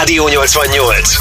Rádió 88.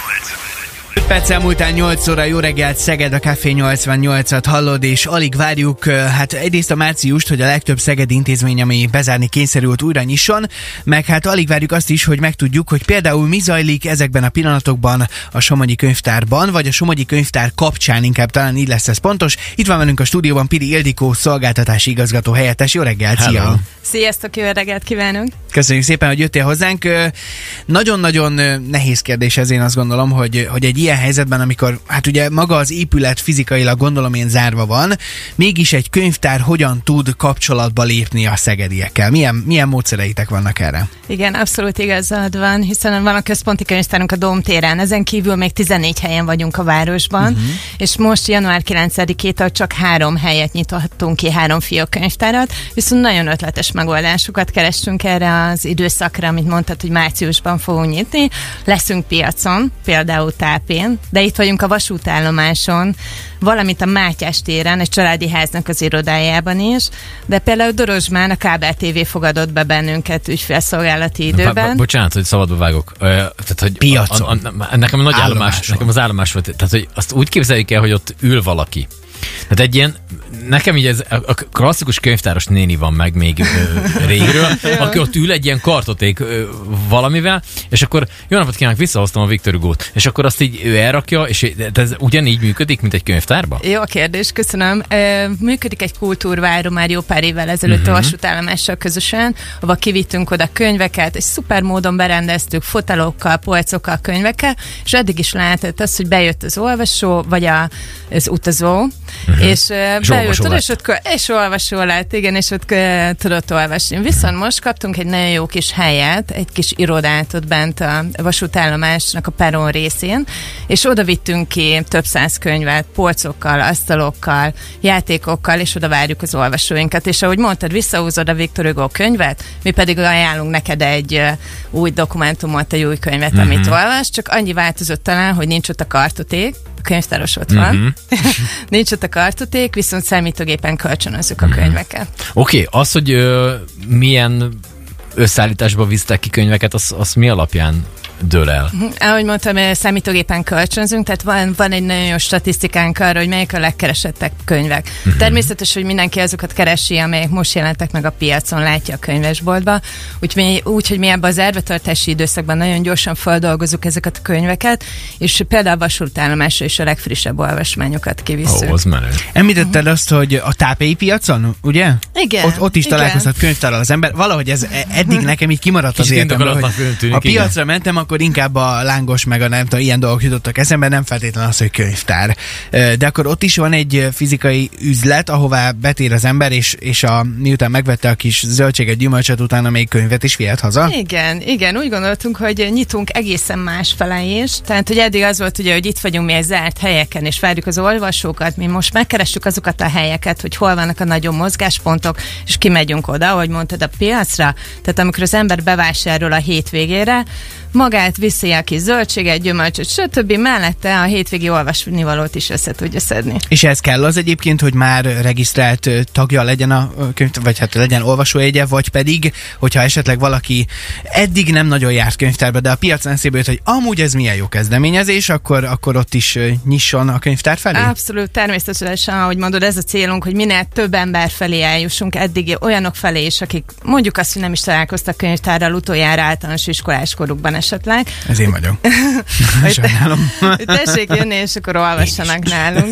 5 perccel múltán 8 óra, jó reggelt, Szeged, a Café 88-at hallod, és alig várjuk, hát egyrészt a márciust, hogy a legtöbb szegedi intézmény, ami bezárni kényszerült, újra nyisson, meg hát alig várjuk azt is, hogy megtudjuk, hogy például mi zajlik ezekben a pillanatokban a Somogyi Könyvtárban, vagy a Somogyi Könyvtár kapcsán, inkább talán így lesz ez pontos. Itt van velünk a stúdióban Piri Ildikó, szolgáltatási igazgató helyettes. Jó reggelt, szia! Sziasztok, jó reggelt kívánunk! Köszönjük szépen, hogy jöttél hozzánk. Nagyon-nagyon nehéz kérdés ez, én azt gondolom, hogy egy ilyen helyzetben, amikor hát ugye maga az épület fizikailag gondolom én zárva van, mégis egy könyvtár hogyan tud kapcsolatba lépni a szegediekkel? Milyen módszereitek vannak erre? Igen, abszolút igazad van, hiszen van a központi könyvtárunk a Dóm téren, ezen kívül még 14 helyen vagyunk a városban, és most január 9-től csak 3 helyet nyitottunk ki, 3 fiókönyvtárat, viszont nagyon ötletes megoldásokat kerestünk erre az időszakra, amit mondtad, hogy márciusban fogunk nyitni. Leszünk piacon, például Tápén, de itt vagyunk a vasútállomáson, valamint a Mátyás téren, egy családi háznak az irodájában is, de például Dorozsmán a Kábel TV fogadott be bennünket ügyfélszolgálati időben. Bocsánat, hogy szabadba vágok. Tehát, hogy piacon. Nekem a nagy állomás, nekem az állomás volt. Tehát, hogy azt úgy képzeljük el, hogy ott ül valaki. Tehát egy ilyen, nekem így ez a klasszikus könyvtáros néni van meg még régről, aki ott ül egy ilyen kartoték valamivel, és akkor jó napot kívánok, visszahoztam a Victor Hugo-t, és akkor azt így ő elrakja, és ez ugyanígy működik, mint egy könyvtárban? Jó a kérdés, köszönöm. Működik egy kultúrváró már jó pár évvel ezelőtt a vasútállomással közösen, ahol kivittünk oda könyveket, és szuper módon berendeztük fotelókkal, polcokkal, könyvekkel, és eddig is lehetett az, hogy bejött az olvasó, vagy az utazó, és beült oda, és olvasó lett, igen, és ott tudott olvasni. Viszont most kaptunk egy nagyon jó kis helyet, egy kis irodát ott bent a vasútállomásnak a peron részén, és oda vittünk ki több 100 könyvet, polcokkal, asztalokkal, játékokkal, és oda várjuk az olvasóinkat. És ahogy mondtad, visszahúzod a Victor Hugo könyvet, mi pedig ajánlunk neked egy új dokumentumot, egy új könyvet, amit olvas, csak annyi változott talán, hogy nincs ott a kartoték, a könyvtáros ott van. Nincs ott a kartoték, viszont számítógépen kölcsönözzük a könyveket. Oké, az, hogy milyen összeállításba visztek ki könyveket, az mi alapján dől el? Ahogy mondtam, számítógépen kölcsönzünk, tehát van egy nagyon jó statisztikánk arra, hogy melyik a legkeresettebb könyvek. Természetes, hogy mindenki azokat keresi, amelyek most jelentek meg a piacon, látja a könyvesboltba. Úgyhogy mi ebben az árvattartási időszakban nagyon gyorsan feldolgozzuk ezeket a könyveket, és például a vasútállomásra is a legfrissebb olvasmányokat kivisszük. Az menő. Említetted azt, hogy a Tápélyi piacon, ugye? Igen. Ott is találkozhat könyvtárral az ember. Valahogy ez eddig nekem így kimaradt az életemben, hogy a piacra mentem, akkor inkább a lángos meg a nem tudom, ilyen dolgok jutottak eszembe, nem feltétlenül az, hogy könyvtár. De akkor ott is van egy fizikai üzlet, ahová betér az ember, és miután megvette a kis zöldséget, gyümölcsöt, utána még könyvet is vihet haza? Igen, úgy gondoltunk, hogy nyitunk egészen másfele is. Tehát, hogy eddig az volt ugye, hogy itt vagyunk mi egy zárt helyeken, és várjuk az olvasókat, mi most megkeressük azokat a helyeket, hogy hol vannak a nagyon mozgáspontok, és kimegyünk oda, ahogy mondtad, a piacra. Tehát amikor az ember bevásárol a hétvégére, magát viszi a kis zöldséget, gyümölcsöt, stb. Mellette a hétvégi olvasnivalót is össze tudja szedni. És ez kell az egyébként, hogy már regisztrált tagja legyen a könyv, vagy hát legyen olvasójegye, vagy pedig, hogyha esetleg valaki eddig nem nagyon járt könyvtárba, de a piacon eszébe jött, hogy amúgy ez milyen jó kezdeményezés, akkor ott is nyisson a könyvtár felé? Abszolút, természetesen, ahogy mondod, ez a célunk, hogy minél több ember felé eljussunk, eddig olyanok felé is, akik mondjuk azt, hogy nem is találkoztak könyvtárral utoljára általános iskolás korukban esetleg. Ez én vagyok. Sajnálom. Tessék jönni, és akkor olvassanak nálunk.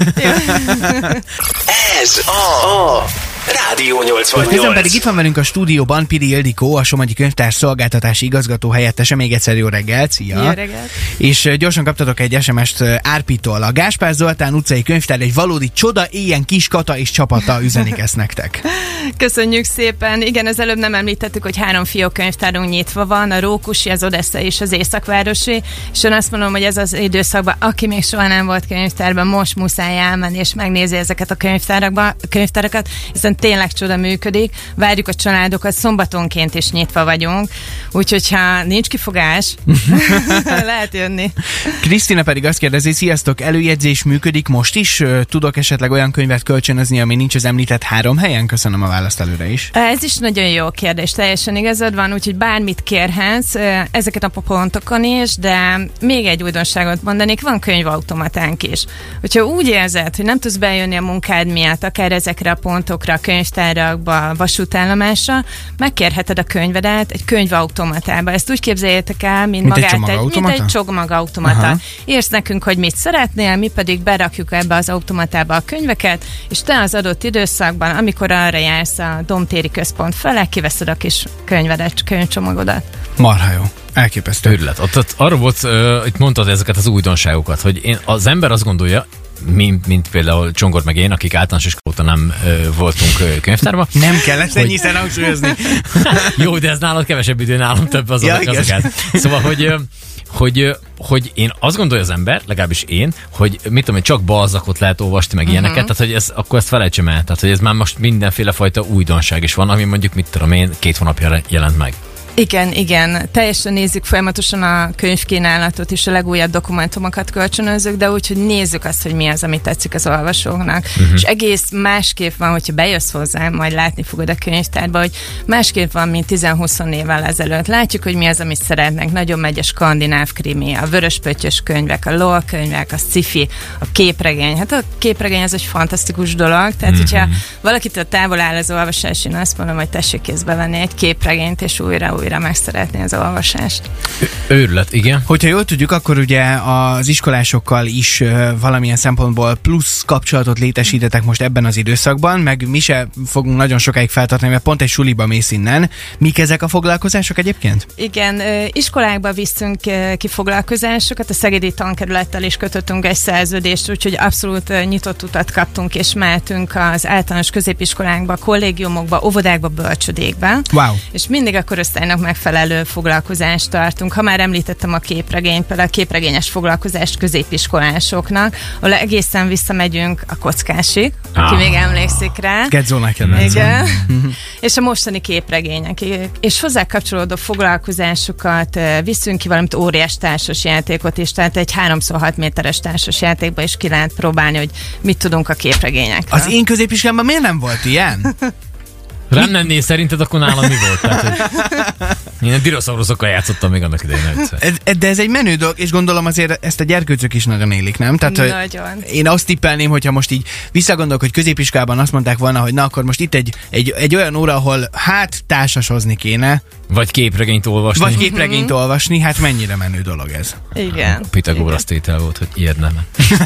Ez a Rádió 88. Közben pedig itt van velünk a stúdióban Piri Ildikó, a Somogyi Könyvtár szolgáltatási igazgató helyettese. Még egyszer jó reggelt, szia! Jó reggelt! És gyorsan kaptatok egy SMS-t Árpitól. A Gáspár Zoltán utcai könyvtár egy valódi csoda, ilyen kis Kata és csapata üzenik ezt nektek. Köszönjük szépen! Igen, az előbb nem említettük, hogy 3 fiókönyvtárunk nyitva van, a Rókusi, az Odessa és az Északvárosi, és én azt mondom, hogy ez az időszakban, aki még soha nem volt könyvtárban, most muszáj elmenni és megnézi ezeket a könyvtárakat, hiszen tényleg csoda működik, várjuk a családokat, szombatonként is nyitva vagyunk, úgyhogy ha nincs kifogás, lehet jönni. Krisztina pedig azt kérdezi, sziasztok, előjegyzés működik most is? Tudok esetleg olyan könyvet kölcsönözni, ami nincs az említett 3 helyen? Köszönöm a választ előre is. Ez is nagyon jó kérdés, teljesen igazad van, úgyhogy bármit kérhetsz, ezeket a pontokon is, de még egy újdonságot mondanék, van könyvautomatánk is. Hogyha úgy érzed, hogy nem tudsz bejönni a munkád miatt, akár ezekre a pontokra, a könyvtárakba, vasútállomásra, megkérheted a könyvedet egy könyvautomatába. Ezt úgy képzeljétek el, mint egy csomagautomata. Írsz nekünk, hogy mit szeretnél, mi pedig berakjuk ebbe az automatába a könyveket, és te az adott időszakban, amikor arra jársz a Domtéri Központ fele, kiveszed a kis könyvedet, könyvcsomagodat. Marha jó. Elképesztő. Őrület. Ott arra volt, itt mondtad ezeket az újdonságokat, hogy az ember azt gondolja, mint például Csongor meg én, akik általános iskola óta nem voltunk könyvtárban. Nem kellett ennyiszer hangsúlyozni. Jó, de ez nálad kevesebb idő, nálam több az azokat. Szóval, hogy én azt gondolja az ember, legalábbis én, hogy mit tudom, csak Balzacot lehet olvasni, meg ilyeneket, tehát hogy akkor ezt felejtsem el. Tehát, hogy ez már most mindenféle fajta újdonság is van, ami mondjuk, mit tudom én, 2 hónapja jelent meg. Igen. Teljesen nézzük folyamatosan a könyvkínálatot és a legújabb dokumentumokat kölcsönözzük, de úgy, hogy nézzük azt, hogy mi az, ami tetszik az olvasóknak. És egész másképp van, hogyha bejössz hozzám, majd látni fogod a könyvtárba, hogy másképp van, mint 10-20 évvel ezelőtt. Látjuk, hogy mi az, amit szeretnek. Nagyon megy a skandináv krimi, a vöröspöttyös könyvek, a LOL könyvek, a sci-fi, a képregény. Hát a képregény az egy fantasztikus dolog, tehát hogyha valakitől távol áll az olvasás, én azt mondom, hogy tessék kézbe venni egy képregényt, és újra megszeretni az olvasást. Őrület, igen. Hogyha jól tudjuk, akkor ugye az iskolásokkal is valamilyen szempontból plusz kapcsolatot létesítetek most ebben az időszakban, meg mi se fogunk nagyon sokáig feltartani, mert pont egy suliba mész innen. Mik ezek a foglalkozások egyébként? Igen, iskolákba viszünk ki foglalkozásokat, a Szegedi Tankerülettel is kötöttünk egy szerződést, úgyhogy abszolút nyitott utat kaptunk, és mehetünk az általános középiskolákba, kollégiumokba, óvodákba, bölcsödékbe. Wow. És mindig a korosztálynak megfelelő foglalkozást tartunk. Ha már említettem a képregényt, például a képregényes foglalkozást középiskolásoknak, ahol egészen visszamegyünk a Kockásig, aki még emlékszik rá. Gedzónak igen. És a mostani képregények. És hozzá kapcsolódó foglalkozásokat viszünk ki, valamint óriás társasjátékot is, tehát egy 3x6 méteres társasjátékba is ki lehet próbálni, hogy mit tudunk a képregényekről. Az én középiskolámban miért nem volt ilyen? Rám lennél szerinted, akkor nálam mi volt? Tehát, hogy én a dinoszauruszokkal játszottam még annak idején egyszer. De ez egy menő dolog, és gondolom azért ezt a gyerkőcök is nagyon élik, nem? Tehát, nagyon. Én azt tippelném, hogyha most így visszagondolok, hogy középiskolában azt mondták volna, hogy na akkor most itt egy olyan óra, ahol hát társasozni kéne. Vagy képregényt olvasni. Hát mennyire menő dolog ez. Igen. A Pitagórasz tétel volt, hogy ilyet nem.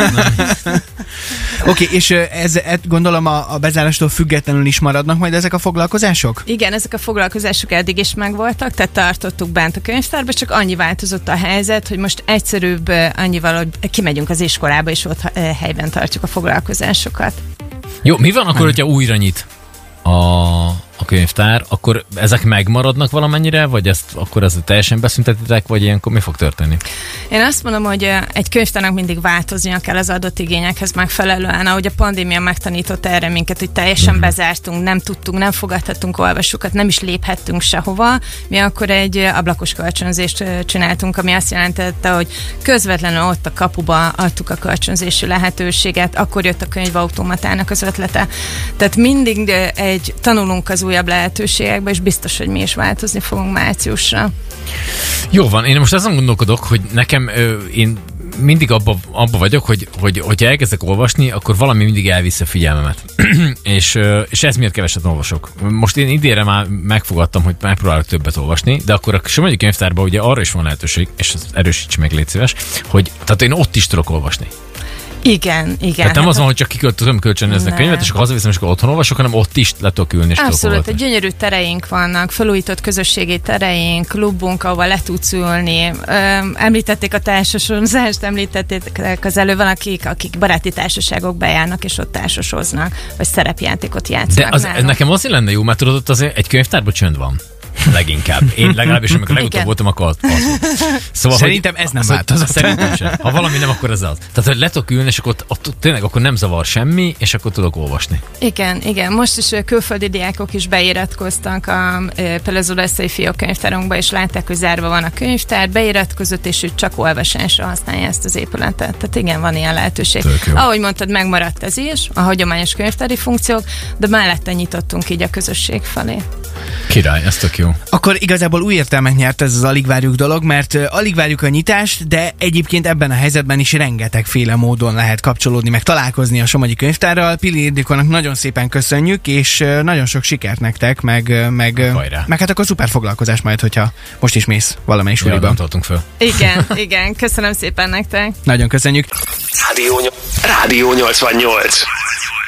Oké, és ez gondolom a bezárástól függetlenül is maradnak majd ezek a foglalkozások? Igen, ezek a foglalkozások eddig is megvoltak, tehát tartottuk bent a könyvtárba, csak annyi változott a helyzet, hogy most egyszerűbb annyival, hogy kimegyünk az iskolába, és ott helyben tartjuk a foglalkozásokat. Jó, mi van akkor, hogyha újra nyit a könyvtár, akkor ezek megmaradnak valamennyire, vagy akkor ezt teljesen beszüntetitek, vagy ilyenkor mi fog történni? Én azt mondom, hogy egy könyvtárnak mindig változnia kell az adott igényekhez megfelelően, ahogy a pandémia megtanított erre minket, hogy teljesen bezártunk, nem fogadhattunk olvasókat, nem is léphettünk sehova. Mi akkor egy ablakos kölcsönzést csináltunk, ami azt jelentette, hogy közvetlenül ott a kapuba adtuk a kölcsönzési lehetőséget, akkor jött a könyvautomatának az ötlete. Tehát mindig tanulunk az újabb lehetőségekbe, és biztos, hogy mi is változni fogunk márciusra. Jó van, én most azon gondolkodok, hogy nekem én mindig abba vagyok, hogyha elkezdek olvasni, akkor valami mindig elvisz a figyelmemet. és ez miatt keveset olvasok. Most én idénre már megfogadtam, hogy megpróbálok többet olvasni, de akkor a Somogyi Könyvtárban ugye arra is van lehetőség, és erősíts meg, légy szíves, hogy tehát én ott is tudok olvasni. Igen. Tehát nem az van, hogy csak tudom kölcsönözni a könyvet, és akkor hazaviszem, és akkor otthon olvasok, hanem ott is le tudok ülni, és abszolút, egy gyönyörű tereink vannak, felújított közösségi tereink, klubunk, ahol le tudsz ülni. Említették a társasozást, említették az előbb, akik baráti társaságokba járnak, és ott társasoznak, vagy szerepjátékot játszanak. De nekem azért lenne jó, mert tudod, ott azért egy könyvtárban csönd van. leginkább. Én legalábbis, amikor legutóbb voltam, akkor az volt. Szóval, szerintem ez nem változott. Szerintem sem. Ha valami nem, akkor ez az. Tehát, hogy le tudok ülni, és ott tényleg akkor nem zavar semmi, és akkor tudok olvasni. Igen. Most is külföldi diákok is beiratkoztak például az Olaszai Fiókönyvtárunkba, és látták, hogy zárva van a könyvtár, beiratkozott, és ő csak olvasásra használja ezt az épületet. Tehát igen, van ilyen lehetőség. Ahogy mondtad, megmaradt ez is, a hagyományos könyvtári funkciók, de mellette nyitottunk így a közösség felé. Király, ez tök jó. Akkor igazából új értelmet nyert ez az Alig várjuk dolog, mert alig várjuk a nyitást, de egyébként ebben a helyzetben is rengetegféle módon lehet kapcsolódni, meg találkozni a Somogyi Könyvtárral. Pili Ildikónak nagyon szépen köszönjük, és nagyon sok sikert nektek, meg hát akkor szuper foglalkozás majd, hogyha most is mész valamelyik suliban. Nem tartunk föl. Igen, köszönöm szépen nektek. Nagyon köszönjük. Rádió 88.